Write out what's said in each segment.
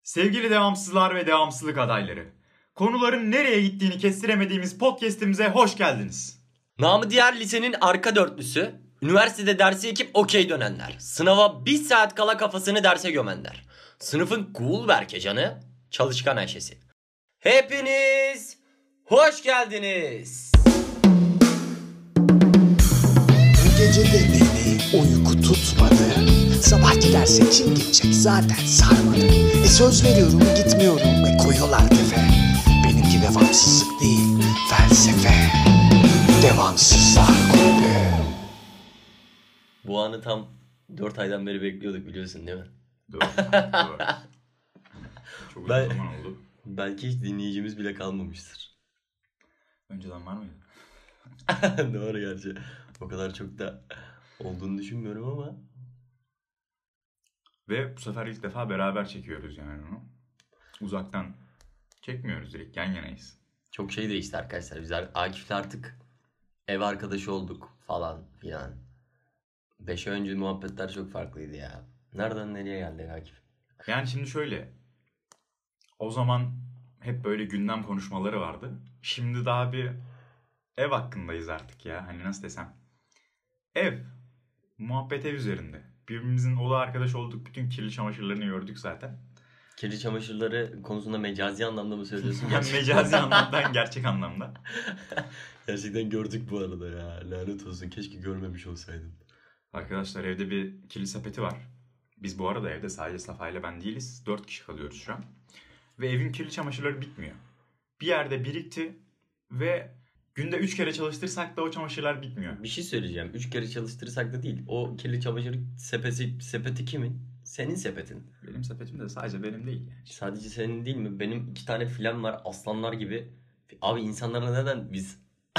Sevgili devamsızlar ve devamsızlık adayları, konuların nereye gittiğini kestiremediğimiz podcast'imize hoş geldiniz. Namı diğer lisenin arka dörtlüsü, üniversitede dersi ekip okey dönenler, sınava 1 saat kala kafasını derse gömenler, sınıfın cool berkecanı, çalışkan Ayşe'si. Hepiniz hoş geldiniz. Bu gece de beni uyku tutmadı. Sabahki derse kim gidecek zaten sarmadı. Söz veriyorum gitmiyorum ve koyuyorlar tefe. Benimki devamsızlık değil felsefe. Devamsızlar kulübü. Bu anı tam 4 aydan beri bekliyorduk, biliyorsun değil mi? Doğru. Çok uzun zaman oldu. Belki hiç dinleyicimiz bile kalmamıştır. Önceden var mıydı? Doğru gerçi. O kadar çok da olduğunu düşünmüyorum ama. Ve bu sefer ilk defa beraber çekiyoruz yani onu. Uzaktan çekmiyoruz, direkt yan yanayız. Çok şey değişti arkadaşlar. Biz Akif'le artık ev arkadaşı olduk falan filan. 5 ay önce muhabbetler çok farklıydı ya. Nereden nereye geldik Akif? Yani şimdi şöyle, o zaman hep böyle gündem konuşmaları vardı. Şimdi daha bir ev hakkındayız artık ya. Hani nasıl desem. Ev. Muhabbet ev üzerinde. Birbirimizin ola arkadaş olduk. Bütün kirli çamaşırlarını gördük zaten. Kirli çamaşırları konusunda mecazi anlamda mı söylüyorsun? Yani mecazi anlamda, gerçek anlamda. Gerçekten gördük bu arada ya. Lanet olsun. Keşke görmemiş olsaydım. Arkadaşlar evde bir kirli sepeti var. Biz bu arada evde sadece Safa ile ben değiliz. 4 kişi kalıyoruz şu an. Ve evin kirli çamaşırları bitmiyor. Bir yerde birikti ve günde 3 kere çalıştırsak da o çamaşırlar bitmiyor. Bir şey söyleyeceğim. 3 kere çalıştırırsak da değil. O kirli çamaşır sepeti kimin? Senin sepetin. Benim sepetim de sadece benim değil yani. Sadece senin değil mi? Benim 2 tane filem var. Aslanlar gibi. Abi insanlara neden biz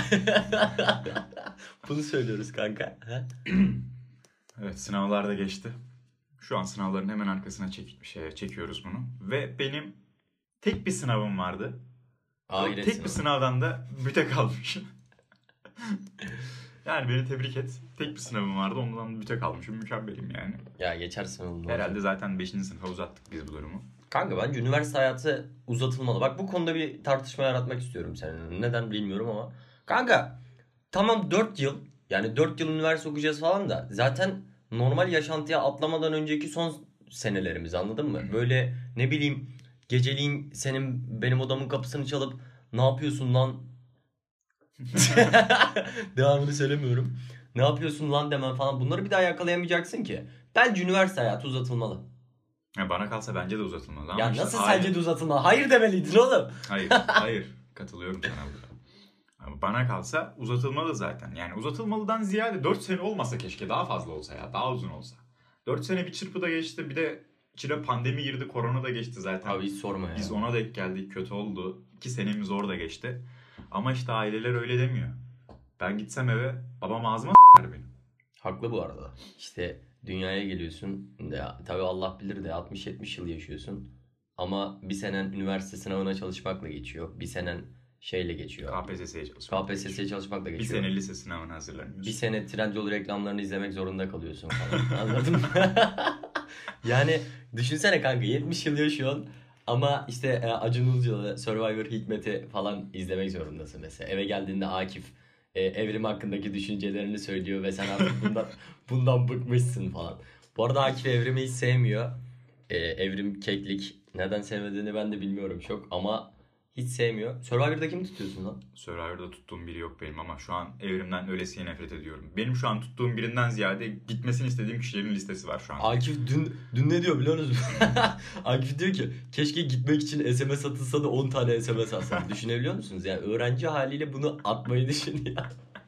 bunu söylüyoruz kanka? Evet, sınavlar da geçti. Şu an sınavların hemen arkasına çekiyoruz bunu. Ve benim tek bir sınavım vardı. Tek bir sınavdan da büte kalmışım. Yani beni tebrik et. Tek bir sınavım vardı, ondan büte kalmışım. Mükemmelim yani. Ya geçersin oğlum. Herhalde zaten 5. sınıfa uzattık biz bu durumu. Kanka bence üniversite hayatı uzatılmalı. Bak bu konuda bir tartışma yaratmak istiyorum seninle. Neden bilmiyorum ama. Kanka tamam 4 yıl. Yani 4 yıl üniversite okuyacağız falan da. Zaten normal yaşantıya atlamadan önceki son senelerimiz, anladın mı? Böyle ne bileyim geceliğin benim odamın kapısını çalıp ne yapıyorsun lan? Devamını söylemiyorum. Ne yapıyorsun lan demen falan. Bunları bir daha yakalayamayacaksın ki. Bence üniversite hayatı uzatılmalı. Ya bana kalsa bence de uzatılmalı. Ama Ya işte nasıl sence de uzatılmalı? Hayır demeliydin oğlum. Hayır. Katılıyorum sana burada. Ama bana kalsa uzatılmalı zaten. Yani uzatılmalıdan ziyade 4 sene olmasa keşke, daha fazla olsa ya. Daha uzun olsa. 4 sene bir çırpıda geçti. Bir de içine pandemi girdi. Korona da geçti zaten. Abi hiç sorma ya. Biz ona denk geldik. Kötü oldu. 2 senemiz orada geçti. Ama işte aileler öyle demiyor. Ben gitsem eve babam ağzıma s**ler benim. Haklı bu arada. İşte dünyaya geliyorsun. Tabii Allah bilir de 60-70 yıl yaşıyorsun. Ama bir senen üniversite sınavına çalışmakla geçiyor. Bir senen şeyle geçiyor. KPSS'ye çalışmakla geçiyor. Bir sene lise sınavına hazırlanıyorsun. Bir sene Trendyol reklamlarını izlemek zorunda kalıyorsun falan. Anladın mı? Yani düşünsene kanka 70 yıl yaşıyorsun. Ama işte Acun Ilıcalı, Survivor Hikmet'i falan izlemek zorundasın mesela. Eve geldiğinde Akif evrim hakkındaki düşüncelerini söylüyor ve sen artık bundan bıkmışsın falan. Bu arada Akif evrimi hiç sevmiyor. Evrim keklik. Neden sevmediğini ben de bilmiyorum çok ama hiç sevmiyor. Survivor'da kimi tutuyorsun lan? Survivor'da tuttuğum biri yok benim ama şu an evrimden öylesiye nefret ediyorum. Benim şu an tuttuğum birinden ziyade gitmesini istediğim kişilerin listesi var şu an. Akif dün ne diyor biliyor musun? Akif diyor ki keşke gitmek için SMS atılsa da 10 tane SMS atsam. Düşünebiliyor musunuz? Yani öğrenci haliyle bunu atmayı düşünüyor.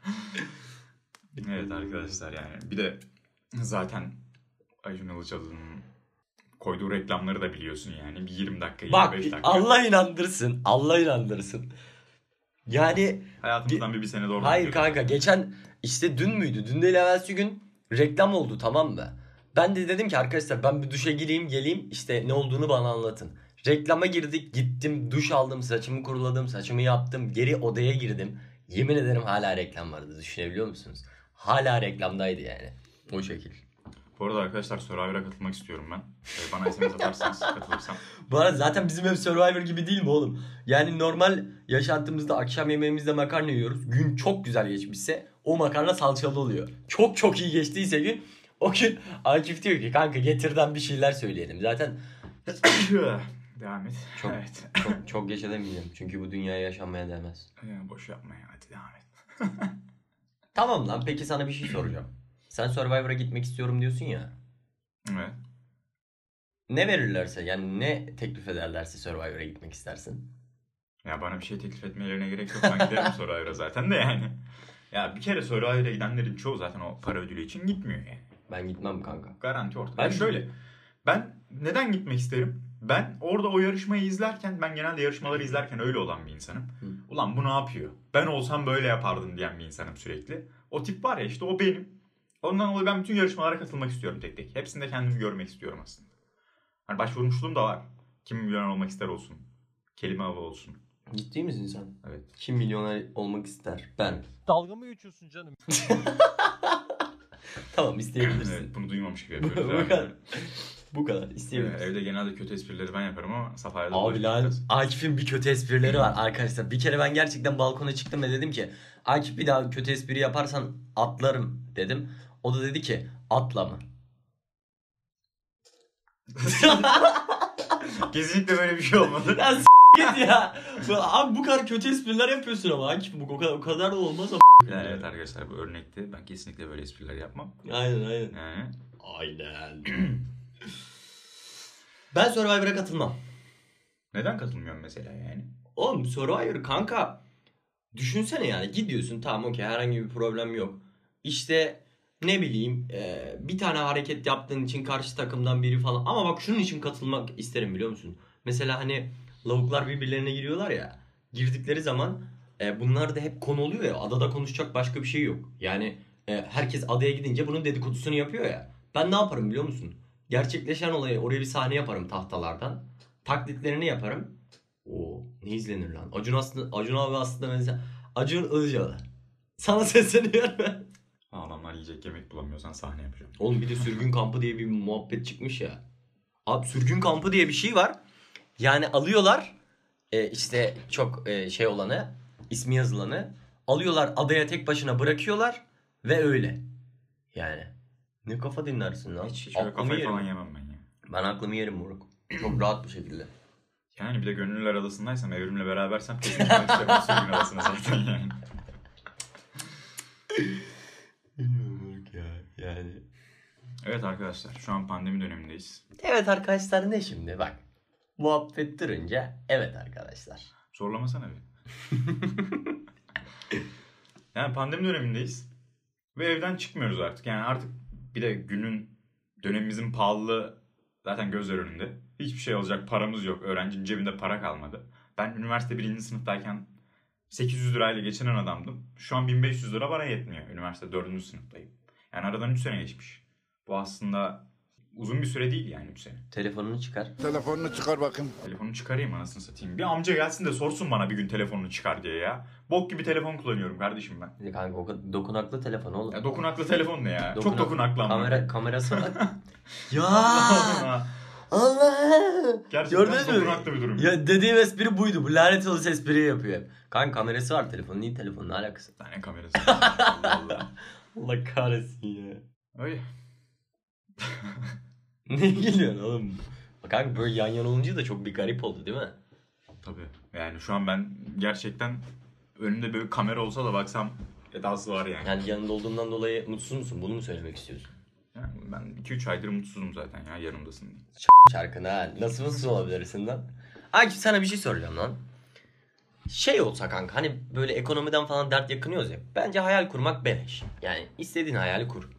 Evet arkadaşlar, yani bir de zaten Acun Ilıcalı'nın koyduğu reklamları da biliyorsun yani. Bir 20 dakika, 25 dakika. Allah inandırsın. Allah inandırsın. Yani hayatımızdan bir sene doğru. Hayır kanka, geçen işte dün müydü? Dün değil evvelsi gün reklam oldu, tamam mı? Ben de dedim ki arkadaşlar ben bir duşa gireyim geleyim, işte ne olduğunu bana anlatın. Reklama girdik, gittim duş aldım, saçımı kuruladım, saçımı yaptım, geri odaya girdim. Yemin ederim hala reklam vardı, düşünebiliyor musunuz? Hala reklamdaydı yani. O şekil. Bu arada arkadaşlar Survivor'a katılmak istiyorum ben. Bana SMS atarsanız katılırsam. Bu arada zaten bizim ev Survivor gibi değil mi oğlum? Yani normal yaşantımızda akşam yemeğimizde makarna yiyoruz. Gün çok güzel geçmişse o makarna salçalı oluyor. Çok çok iyi geçtiyse gün, o gün Akif diyor ki kanka getirden bir şeyler söyleyelim. Zaten Devam et. çok Evet. çok geç edemeyeceğim. Çünkü bu dünyaya yaşanmaya değmez. Boş yapma ya, hadi devam et. Tamam lan, peki sana bir şey soracağım. Sen Survivor'a gitmek istiyorum diyorsun ya. Evet. Ne verirlerse, yani ne teklif ederlerse Survivor'a gitmek istersin? Ya bana bir şey teklif etmelerine gerek yok. Ben giderim Survivor'a zaten de yani. Ya bir kere Survivor'a gidenlerin çoğu zaten o para ödülü için gitmiyor yani. Ben gitmem kanka. Garanti ortada. Ben Yani şöyle. Ben neden gitmek isterim? Ben orada o yarışmayı izlerken, ben genelde yarışmaları izlerken öyle olan bir insanım. Ulan bu ne yapıyor? Ben olsam böyle yapardım diyen bir insanım sürekli. O tip var ya, işte o benim. Ondan dolayı ben bütün yarışmalara katılmak istiyorum tek tek. Hepsinde kendimi görmek istiyorum aslında. Hani başvurmuşluğum da var. Kim milyoner olmak ister olsun. Kelime avı olsun. Ciddi misin sen? Evet. Kim milyoner olmak ister? Ben. Dalga mı geçiyorsun canım? Tamam, isteyebilirsin. Evet, bunu duymamış gibi yapıyoruz. Bu Devam kadar. edelim. Bu kadar, isteyebilirsin. Evde genelde kötü esprileri ben yaparım ama Safa'ya da Abi lan, bulaşmayacağız. Akif'in bir kötü esprileri var arkadaşlar. Bir kere ben gerçekten balkona çıktım ve dedim ki Akif bir daha kötü espri yaparsan atlarım dedim. O da dedi ki atlama. Kesinlikle böyle bir şey olmadı. Lan git ya. Abi bu kadar kötü espriler yapıyorsun ama Akif, bu o kadar da olmaz ama. Yani evet arkadaşlar, bu örnekti. Ben kesinlikle böyle espriler yapmam. Aynen. Yani Aynen. Ben Survivor'a katılmam. neden katılmıyorum mesela yani? Oğlum Survivor kanka, düşünsene yani gidiyorsun, tamam okey, herhangi bir problem yok. İşte ne bileyim bir tane hareket yaptığın için karşı takımdan biri falan, ama bak şunun için katılmak isterim biliyor musun? Mesela hani lavuklar birbirlerine giriyorlar ya, girdikleri zaman bunlar da hep konu oluyor ya, adada konuşacak başka bir şey yok. Yani herkes adaya gidince bunun dedikodusunu yapıyor ya. Ben ne yaparım biliyor musun? Gerçekleşen olayı, oraya bir sahne yaparım tahtalardan. Taklitlerini yaparım. Oo, ne izlenir lan? Acun abi aslında mesela Acun Ilıcalı. Sana sesleniyorum ben. Adamlar yiyecek yemek bulamıyorsan sahne yapacağım. Oğlum bir de sürgün kampı diye bir muhabbet çıkmış ya. Abi sürgün kampı diye bir şey var. Yani alıyorlar işte çok şey olanı, ismi yazılanı alıyorlar, adaya tek başına bırakıyorlar ve öyle. Yani ne kafa dinlersin lan? Hiç öyle Aklımı kafayı yerim. falan yemem ben ya. Ben aklımı yerim moruk. Çok rahat bir şekilde. Yani bir de Gönüllüler Adası'ndaysam, Evrim'le berabersem kesin gitmek isterim o sürgün adasına zaten yani. Bilmiyorum ya yani. Evet arkadaşlar, şu an pandemi dönemindeyiz. Evet arkadaşlar, ne şimdi bak. Muhabbet durunca evet arkadaşlar. Zorlamasana bir. Yani pandemi dönemindeyiz. Ve evden çıkmıyoruz artık. Yani artık bir de dönemimizin pahalılığı zaten gözler önünde. Hiçbir şey alacak paramız yok. Öğrencinin cebinde para kalmadı. Ben üniversite 1. sınıftayken 800 lirayla geçinen adamdım. Şu an 1500 lira bana yetmiyor. Üniversite 4. sınıftayım. Yani aradan 3 sene geçmiş. Bu aslında uzun bir süre değil yani 3 sene. Telefonunu çıkar. Telefonunu çıkar bakayım. Telefonu çıkarayım anasını satayım. Bir amca gelsin de sorsun bana bir gün telefonunu çıkar diye ya. Bok gibi telefon kullanıyorum kardeşim ben. Kanka o kadar dokunaklı telefon oğlum. Ya dokunaklı telefon ne ya? Çok dokunaklı ama. Kamerası var. Ya Allah. Allah. Gerçekten Gördün mü? dokunaklı bir durum. Ya dediğim espri buydu. Bu lanet olası espriyi yapıyor hep. Kanka kamerası var telefonun. Niye telefonun, ne alakası? Tane kamerası. Allah Allah. Allah kahretsin ya. Öyle. Ne gülüyorsun oğlum? Kanka böyle yan yana olunca da çok bir garip oldu değil mi? Tabii. Yani şu an ben gerçekten önümde böyle kamera olsa da baksam edası var yani. Yani yanında olduğundan dolayı mutsuz musun? Bunu mu söylemek istiyorsun? Yani ben 2-3 aydır mutsuzum zaten ya, yanımdasın diye. Şarkına ha. Nasıl mutsuz olabilirsin lan? Akif sana bir şey soracağım lan. Şey olsa kanka, hani böyle ekonomiden falan dert yakınıyoruz ya. Bence hayal kurmak beleş. Yani istediğin hayali kur.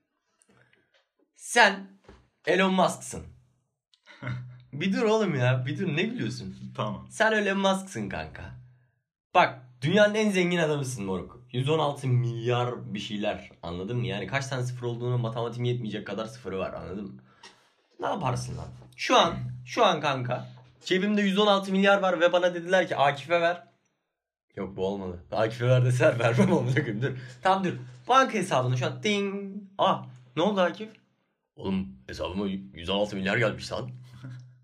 Sen Elon Musk'sın. Bir dur oğlum ya. Bir dur, ne gülüyorsun? Tamam. Sen Elon Musk'sın kanka. Bak dünyanın en zengin adamısın moruk. 116 milyar bir şeyler, anladın mı? Yani kaç tane sıfır olduğunu matematiğim yetmeyecek kadar sıfırı var, anladın mı? Ne yaparsın lan? Şu an kanka cebimde 116 milyar var ve bana dediler ki Akif'e ver. Yok bu olmadı. Akif'e ver deseler vermem, onu döküm dur. Tamam dur. Banka hesabını şu an ding. Ne oldu Akif? Oğlum hesabıma 116 milyar gelmiş lan.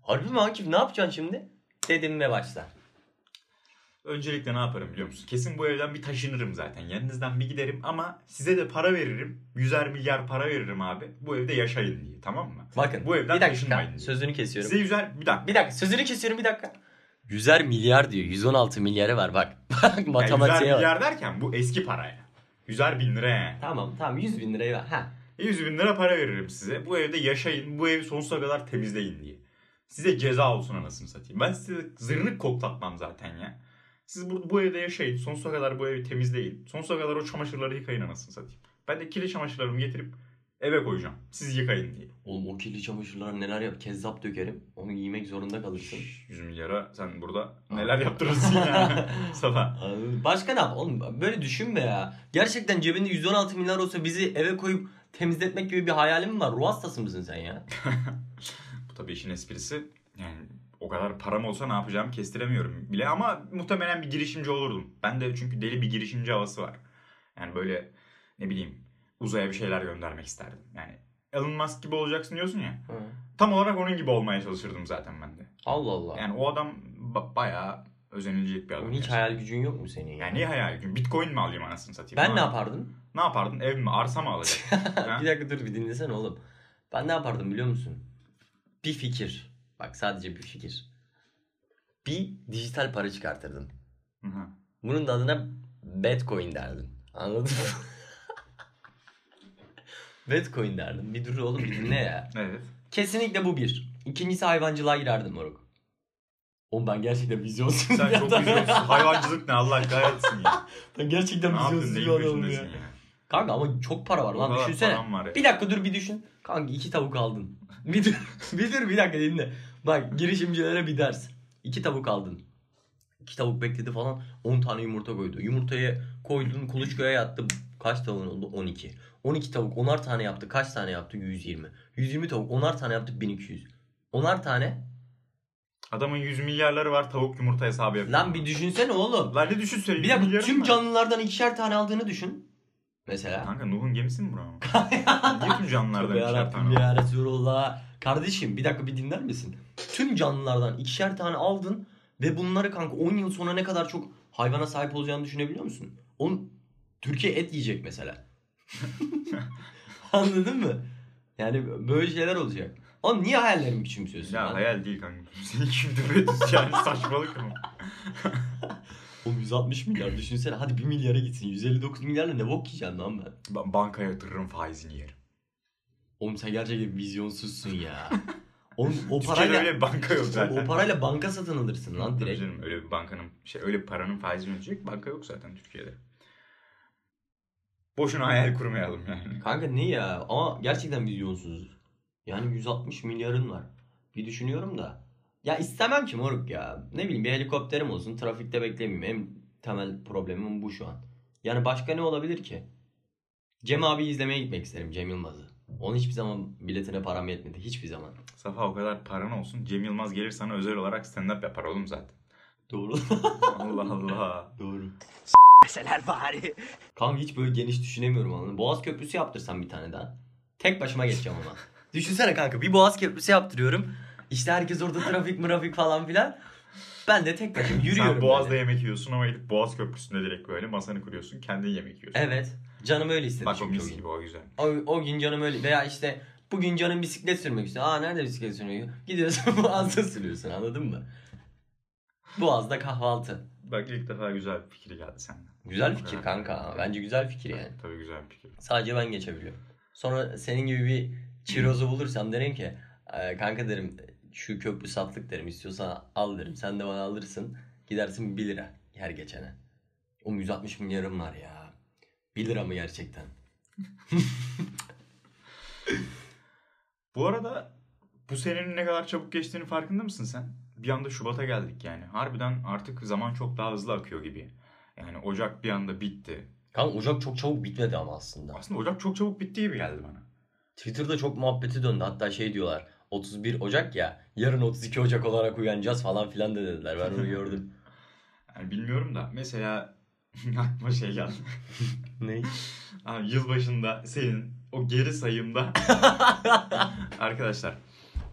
Harbi mi Akif, ne yapacaksın şimdi? Dedim ve başla. Öncelikle ne yaparım biliyor musun? Kesin bu evden bir taşınırım zaten. Yanınızdan bir giderim ama size de para veririm. 100'er milyar para veririm abi. Bu evde yaşayın diye, tamam mı? Bakın Bu evden bir dakika taşınmayın diye. sözünü kesiyorum. Size 100'er... Bir dakika. Bir dakika sözünü kesiyorum, bir dakika. 100'er milyar diyor. 116 milyarı var bak. Bak Yani matematiğe 100'er bak. milyar derken bu eski para yani. 100'er bin lira yani. Tamam 100 bin lirayı ver. Ha. 100 bin lira para veririm size. Bu evde yaşayın. Bu evi sonsuza kadar temizleyin diye. Size ceza olsun anasını satayım. Ben size zırnık koklatmam zaten ya. Siz bu evde yaşayın. Sonsuza kadar bu evi temizleyin. Sonsuza kadar o çamaşırları yıkayın anasını satayım. Ben de kirli çamaşırlarımı getirip eve koyacağım. Siz yıkayın diye. Oğlum o kirli çamaşırlara neler yap? Kezzap dökerim. Onu giymek zorunda kalırsın. 100 milyara sen burada neler yaptırırsın ya. Sabah. Başka ne yap? Oğlum böyle düşünme ya. Gerçekten cebinde 116 milyar olsa bizi eve koyup temizletmek gibi bir hayalin mi var? Ruh hastası mısın sen ya? Bu tabii işin esprisi. Yani o kadar param olsa ne yapacağımı kestiremiyorum bile ama muhtemelen bir girişimci olurdum. Ben de çünkü deli bir girişimci havası var. Yani böyle ne bileyim uzaya bir şeyler göndermek isterdim. Yani Elon Musk gibi olacaksın diyorsun ya. Hı. Tam olarak onun gibi olmaya çalışırdım zaten ben de. Allah Allah. Yani o adam bayağı özenilecek bir adam. Oğlum hiç gerçekten. hayal gücün yok mu senin ya? Yani niye hayal gücüm? Bitcoin mi alayım anasını satayım? Ben Ha? ne yapardım? Ne yapardın? Ev mi? Arsa mı alacaksın? Ha? Bir dakika dur bir dinlesene oğlum. Ben ne yapardım biliyor musun? Bir fikir. Bak sadece bir fikir. Bir dijital para çıkartırdım. Hı hı. Bunun da adına Bitcoin derdim. Anladın mı? Bitcoin derdim. Bir dur oğlum bir dinle ya. Evet. Kesinlikle bu bir. İkincisi hayvancılığa girerdim moruk. Oğlum ben gerçekten vizyonsuz Sen bir çok adamım. vizyonsuz. Hayvancılık ne Allah kahretsin ya. Ben gerçekten Ne yaptın? vizyonsuz Neyin bir adamım peşindesin ya. ya? Kanka ama çok para var O lan kadar düşünsene. param var ya. Bir dakika dur bir düşün. Kanka 2 tavuk aldın. Bir dur bir dakika dinle. Bak girişimcilere bir ders. 2 tavuk aldın. 2 tavuk bekledi falan 10 tane yumurta koydu. Yumurtayı koydun kuluçkaya yattı. Kaç tavuğun oldu? 12. 12 tavuk 10'ar tane yaptı. Kaç tane yaptı? 120. 120 tavuk 10'ar tane yaptı 1200. 10'ar tane. Adamın 100 milyarları var tavuk yumurta hesabı yapıyor. Lan bir düşünsene oğlum. Lan ne düşün söyle. Bir 100 dakika milyarım tüm var. canlılardan 2'şer tane aldığını düşün. Mesela. Kanka Nuh'un gemisi mi buranın? Niye tüm canlılardan Tövbe ikişer yarabbim tane? ya Resulullah. Kardeşim bir dakika bir dinler misin? Tüm canlılardan 2'şer tane aldın ve bunları kanka 10 yıl sonra ne kadar çok hayvana sahip olacağını düşünebiliyor musun? Türkiye et yiyecek mesela. Anladın mı? Yani böyle şeyler olacak. Oğlum niye hayallerimi küçümsüyorsun? Ya lan? hayal değil kanka. Senin kim düpedüz yani saçmalık mı? Oğlum 160 milyar düşünsene. Hadi 1 milyara gitsin. 159 milyarla ne bok yiyeceksin lan ben? Ben bankaya yatırırım faizini yerim. Oğlum sen gerçekten vizyonsuzsun ya. Oğlum o Türkiye'de parayla öyle bir banka yok Oğlum, zaten. o parayla banka satın alırsın lan Tabii direkt. canım, öyle bir bankanın öyle bir paranın faizini ödeyecek banka yok zaten Türkiye'de. Boşuna hayal kurmayalım yani. Kanka ne ya? Ama gerçekten vizyonsuzuz. Yani 160 milyarın var. Bir düşünüyorum da. Ya istemem ki moruk ya. Ne bileyim bir helikopterim olsun. Trafikte beklemeyeyim. En temel problemim bu şu an. Yani başka ne olabilir ki? Cem abi izlemeye gitmek isterim. Cem Yılmaz'ı. Onun hiçbir zaman biletine param yetmedi. Hiçbir zaman. Safa o kadar paran olsun. Cem Yılmaz gelir sana özel olarak stand-up yapar oğlum zaten. Doğru. Allah Allah. Doğru. Meseler bari. Kanka hiç böyle geniş düşünemiyorum anladın. Boğaz Köprüsü yaptırsam bir tane daha. Tek başıma geçeceğim ama. Düşünsene kanka bir Boğaz Köprüsü yaptırıyorum. İşte herkes orada trafik falan filan. Ben de tek başıma yürüyorum. Sen Boğaz'da böyle. yemek yiyorsun ama gidip Boğaz Köprüsü'nde direkt böyle masanı kuruyorsun. Kendin yemek yiyorsun. Evet. Canım öyle istedi Bak o çünkü mis o gün. gibi o güzel. O gün canım öyle. Veya işte bugün canım bisiklet sürmek istiyor. Aa nerede bisiklet sürüyor? Gidiyorsun Boğaz'da sürüyorsun anladın mı? Boğaz'da kahvaltı. Bak ilk defa güzel bir fikir geldi senden. Güzel fikir kanka. Bence güzel fikir yani. Tabii güzel bir fikir. Sadece ben geçebiliyorum. Sonra senin gibi bir çirozu bulursam derim ki kanka derim şu köprü satlık derim istiyorsan al derim. Sen de bana alırsın. Gidersin 1 lira her geçene. O 160 milyarım var ya. 1 lira mı gerçekten? Bu arada bu senenin ne kadar çabuk geçtiğini farkında mısın sen? Bir anda Şubat'a geldik yani. Harbiden artık zaman çok daha hızlı akıyor gibi. Yani Ocak bir anda bitti. Kanka Ocak çok çabuk bitmedi ama aslında. Aslında Ocak çok çabuk bitti gibi geldi bana. Twitter'da çok muhabbeti döndü. Hatta şey diyorlar. 31 Ocak ya. Yarın 32 Ocak olarak uyanacağız falan filan da dediler. Ben onu gördüm. Yani bilmiyorum da mesela aklıma şey geldi. Ne? Abi yılbaşında senin o geri sayımda arkadaşlar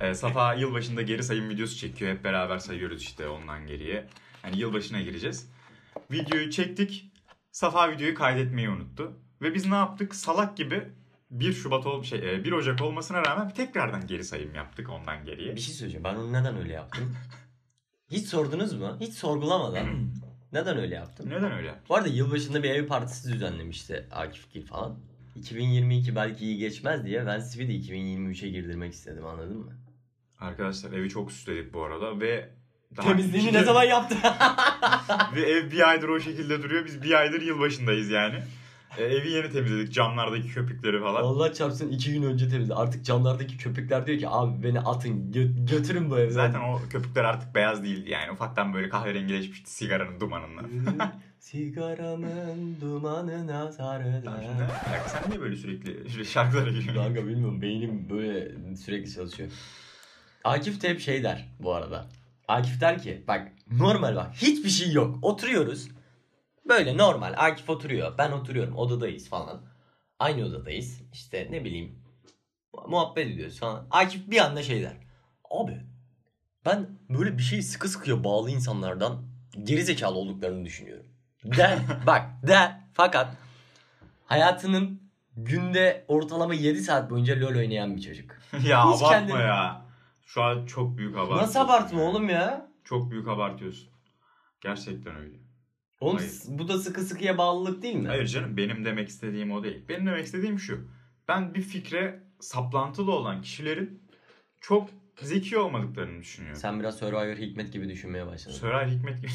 Safa yılbaşında geri sayım videosu çekiyor. Hep beraber sayıyoruz işte ondan geriye. Hani yılbaşına gireceğiz. Videoyu çektik. Safa videoyu kaydetmeyi unuttu. Ve biz ne yaptık? Salak gibi 1 Ocak olmasına rağmen tekrardan geri sayım yaptık ondan geriye. Bir şey söyleyeceğim. Ben onu neden öyle yaptım? Hiç sordunuz mu? Hiç sorgulamadan. Neden öyle yaptım? Neden öyle? Bu arada yılbaşında bir ev partisi düzenlemişti Akif Gil falan. 2022 belki iyi geçmez diye ben Siv'i de 2023'e girdirmek istedim, anladın mı? Arkadaşlar evi çok süsledik bu arada ve... Temizliğini ne zaman yaptı? Ve ev bir aydır o şekilde duruyor. Biz bir aydır yılbaşındayız yani. Evi yeni temizledik. Camlardaki köpükleri falan. Allah çarpsın 2 gün önce temizledim. Artık camlardaki köpükler diyor ki abi beni atın götürün bu evden. Zaten o köpükler artık beyaz değildi yani. Ufaktan böyle kahverengileşmişti sigaranın dumanından. Sigaramın dumanına sarılan. Sen niye böyle sürekli şarkılara giriyorsun? Kanka bilmiyorum, beynim böyle sürekli çalışıyor. Akif de hep şey der bu arada. Akif der ki bak normal, bak hiçbir şey yok. Oturuyoruz. Böyle normal. Akif oturuyor. Ben oturuyorum. Odadayız falan. Aynı odadayız. İşte ne bileyim. Muhabbet ediyoruz falan. Akif bir anda şey der. Abi ben böyle bir şey sıkı sıkıya bağlı insanlardan gerizekalı olduklarını düşünüyorum. Der. Bak der. Fakat hayatının günde ortalama 7 saat boyunca LoL oynayan bir çocuk. Ya Hiç abartma kendini- ya. Şu an çok büyük abartıyorsun. Nasıl abartma ya. oğlum ya? Çok büyük abartıyorsun. Gerçekten öyle. Oğlum Hayır. bu da sıkı sıkıya bağlılık değil mi? Hayır canım, benim demek istediğim o değil. Benim demek istediğim şu. Ben bir fikre saplantılı olan kişilerin çok zeki olmadıklarını düşünüyorum. Sen biraz Survivor Hikmet gibi düşünmeye başladın. Sörer Hikmet gibi.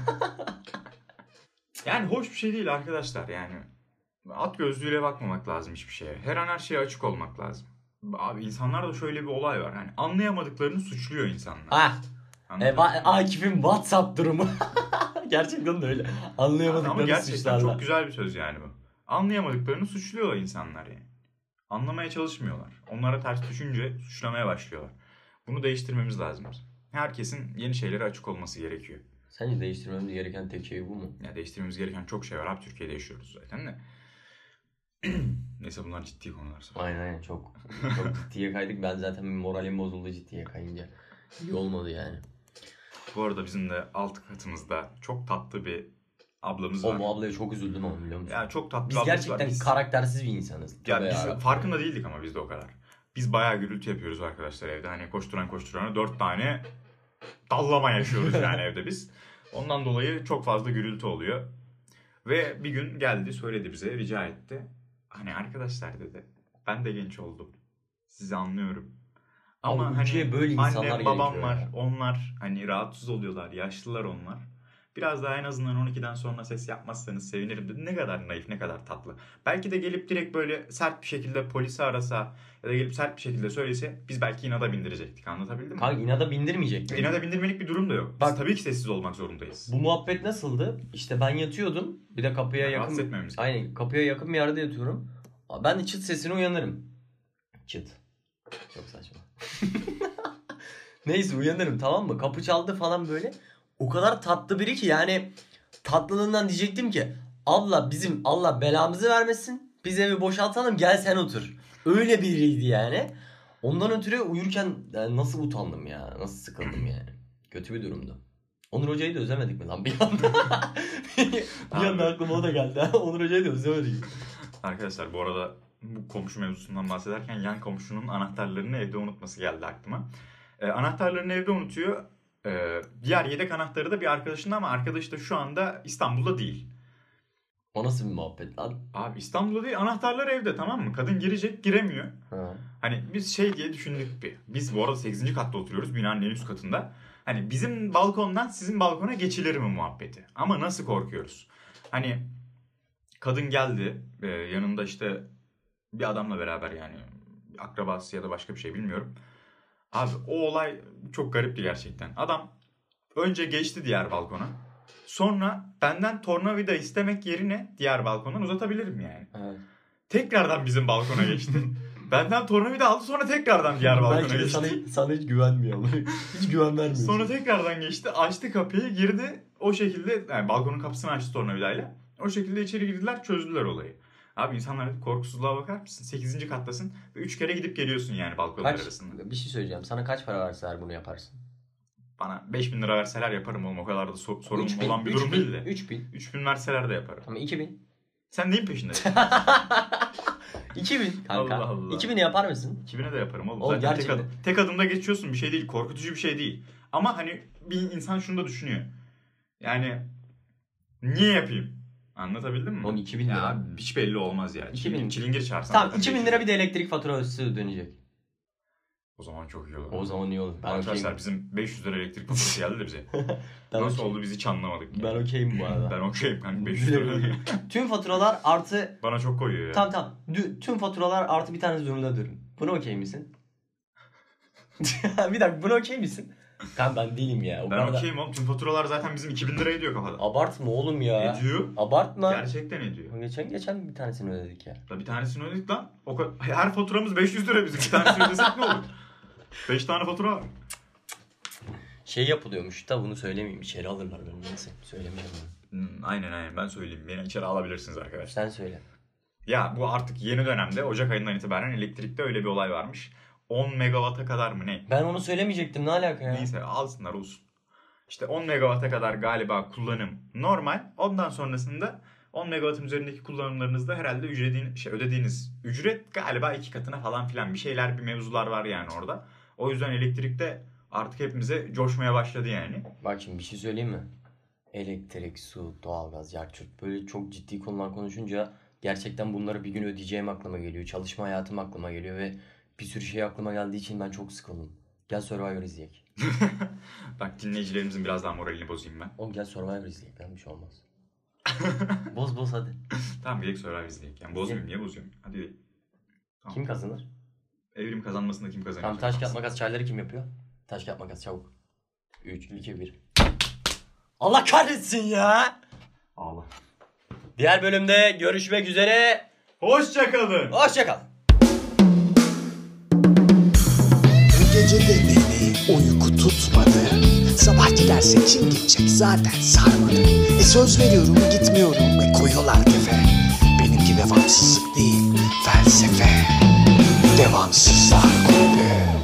Yani hoş bir şey değil arkadaşlar yani. At gözlüğüyle bakmamak lazım hiçbir şeye. Her an her şeye açık olmak lazım. Abi insanlarda şöyle bir olay var. Yani anlayamadıklarını suçluyor insanlar. Ha, Anladın mı? Akif'in WhatsApp durumu. Gerçekten de öyle. Ama Anlayamadıklarını gerçekten suçlarlar. çok güzel bir söz yani bu. Anlayamadıklarını suçluyorlar insanlar yani. Anlamaya çalışmıyorlar. Onlara ters düşünce suçlamaya başlıyorlar. Bunu değiştirmemiz lazım. Herkesin yeni şeylere açık olması gerekiyor. Sence değiştirmemiz gereken tek şey bu mu? Ya değiştirmemiz gereken çok şey var. Abi Türkiye'de yaşıyoruz zaten de. Neyse bunlar ciddi konular. Sonra. Aynen çok ciddiye kaydık. Ben zaten moralim bozuldu ciddiye kayınca. İyi olmadı yani. Bu arada bizim de alt katımızda çok tatlı bir ablamız var. O ablaya çok üzüldüm ama, biliyor musun? Ya çok tatlı Biz ablamız gerçekten var. karaktersiz bir insanız. Ya Tövbe biz yarabbim. farkında değildik ama biz de o kadar. Biz bayağı gürültü yapıyoruz arkadaşlar evde. Hani koşturan 4 tane dallama yaşıyoruz yani evde biz. Ondan dolayı çok fazla gürültü oluyor. Ve bir gün geldi söyledi bize, rica etti. Hani arkadaşlar dedi, ben de genç oldum. Sizi anlıyorum. Ama Abi hani ülkeye böyle insanlar annem babam gerekiyor var, ya. onlar hani rahatsız oluyorlar, yaşlılar onlar. Biraz daha en azından 12'den sonra ses yapmazsanız sevinirim dedi. Ne kadar naif, ne kadar tatlı. Belki de gelip direkt böyle sert bir şekilde polisi arasa ya da gelip sert bir şekilde söylese biz belki inada bindirecektik. Anlatabildim mi? Kanka inada bindirmeyecek. İnada bindirmelik bir durum da yok. Biz Bak- tabii ki sessiz olmak zorundayız. Bu muhabbet nasıldı? İşte ben yatıyordum. Bir de kapıya Rahatsız yakın. etmememiz. Aynen, kapıya yakın bir yerde yatıyorum. Ben de çıt sesine uyanırım. Çıt. Çok saçma. Neyse uyanırım, tamam mı? Kapı çaldı falan böyle. O kadar tatlı biri ki yani tatlılığından diyecektim ki abla bizim Allah belamızı vermesin. Biz evi boşaltalım, gel sen otur. Öyle biriydi yani. Ondan ötürü uyurken yani nasıl utandım ya. Nasıl sıkıldım yani. Kötü bir durumdu. Onur Hoca'yı da özlemedik mi lan bir anda? bir anda aklıma o da geldi. Onur Hoca'yı da özlemedik. Arkadaşlar bu arada bu komşu mevzusundan bahsederken yan komşunun anahtarlarını evde unutması geldi aklıma. Anahtarlarını evde unutuyor. Diğer yedek anahtarı da bir arkadaşında ama arkadaş da şu anda İstanbul'da değil. O nasıl bir muhabbet lan? Abi İstanbul'da değil, anahtarlar evde, tamam mı? Kadın girecek, giremiyor. Ha. Hani biz şey diye düşündük bir. Biz bu arada 8. katta oturuyoruz, binanın en üst katında. Hani bizim balkondan sizin balkona geçilir mi muhabbeti? Ama nasıl korkuyoruz? Hani kadın geldi, yanında işte bir adamla beraber, yani akrabası ya da başka bir şey bilmiyorum. Abi o olay çok garipti gerçekten. Adam önce geçti diğer balkona. Sonra benden tornavida istemek yerine diğer balkondan uzatabilirim yani. Evet. Tekrardan bizim balkona geçti. Benden tornavida aldı, sonra tekrardan diğer balkona Belki de geçti. sana hiç güvenmiyor. Hiç güven vermiyor. Sonra tekrardan geçti, açtı kapıyı, girdi. O şekilde yani balkonun kapısını açtı tornavidayla. O şekilde içeri girdiler, çözdüler olayı. Abi insanlar korkusuzluğa bakar mısın? 8. kattasın ve 3 kere gidip geliyorsun yani balkonlar arasında. Bir şey söyleyeceğim. Sana kaç para verseler bunu yaparsın? Bana 5.000 lira verseler yaparım oğlum. O kadar da sorun 3000, olan bir durum değil de. 3000. 3.000 verseler de yaparım. Ama 2000. Sen neyin peşindesin? 2000 kanka. Allah Allah. 2000'i yapar mısın? 2000'e de yaparım oğlum. Oğlum Zaten gerçekten. tek adımda geçiyorsun, bir şey değil. Korkutucu bir şey değil. Ama hani bir insan şunu da düşünüyor. Yani niye yapayım? Anlatabildim mi? Oğlum 2000 lira. Ya hiç belli olmaz ya. 2000. Çilingir çağırsan. Tamam zaten 2000 500 lira bir de elektrik faturası dönecek. O zaman çok iyi olur. O zaman iyi olur. Ben Arkadaşlar okeyim. bizim 500 lira elektrik faturası geldi de bize. Nasıl oldu biz hiç anlamadık. Ben okeyim bu arada. Ben okeyim kanka 500 lira. Tüm faturalar artı... Bana çok koyuyor ya. Tamam. Tüm faturalar artı bir tane zorunda durun. Buna okey misin? Bir dakika buna okey misin? Kanka ben değilim ya. O Ben kadar... okeyim oğlum. Tüm faturalar zaten bizim 2000 lira ediyor kafada. Abartma oğlum ya. Ediyor. Abartma. Gerçekten ediyor. Geçen bir tanesini ödedik ya. Da bir tanesini ödedik lan. Her faturamız 500 lira bizim. Bir tanesini ödesek ne olur? 5 tane fatura var. Şey yapılıyormuş da bunu söylemeyeyim. İçeri alırlar beni. Neyse söylemeyeyim. Aynen ben söyleyeyim. Beni içeri alabilirsiniz arkadaşlar. Sen söyle. Ya bu artık yeni dönemde Ocak ayından itibaren elektrikte öyle bir olay varmış. 10 megawatt'a kadar mı ne? Ben onu söylemeyecektim. Ne alaka ya? Neyse alsınlar olsun. İşte 10 megawatt'a kadar galiba kullanım normal. Ondan sonrasında 10 megawattın üzerindeki kullanımlarınızda herhalde ödediğiniz ücret galiba 2 katına falan filan bir mevzular var yani orada. O yüzden elektrikte artık hepimize coşmaya başladı yani. Bak şimdi bir şey söyleyeyim mi? Elektrik, su, doğalgaz, yakçurt böyle çok ciddi konular konuşunca gerçekten bunları bir gün ödeyeceğim aklıma geliyor. Çalışma hayatım aklıma geliyor ve bir sürü şey aklıma geldiği için ben çok sıkıldım. Gel Survivor izleyek. Bak dinleyicilerimizin biraz daha moralini bozayım ben. Oğlum gel Survivor izleyek. Ben bir şey olmaz. Boz hadi. Tamam bir Survivor izleyek. Yani bozmayayım niye bozuyorum? Hadi. Tamam. Kim kazanır? Evrim kazanmasında kim kazanır? Tamam taş kağıt makas çayları kim yapıyor? Taş kağıt makas çabuk. 3, 2, 1. Allah kahretsin ya. Ağla. Diğer bölümde görüşmek üzere. Hoşçakalın. Hoşça kal. Bu gece de beni uyku tutmadı. Sabah giderse kim gidecek zaten sarmadı. Söz veriyorum gitmiyorum ve koyuyorlar tefe. Benimki devamsızlık değil felsefe. Devamsızlar kulübü.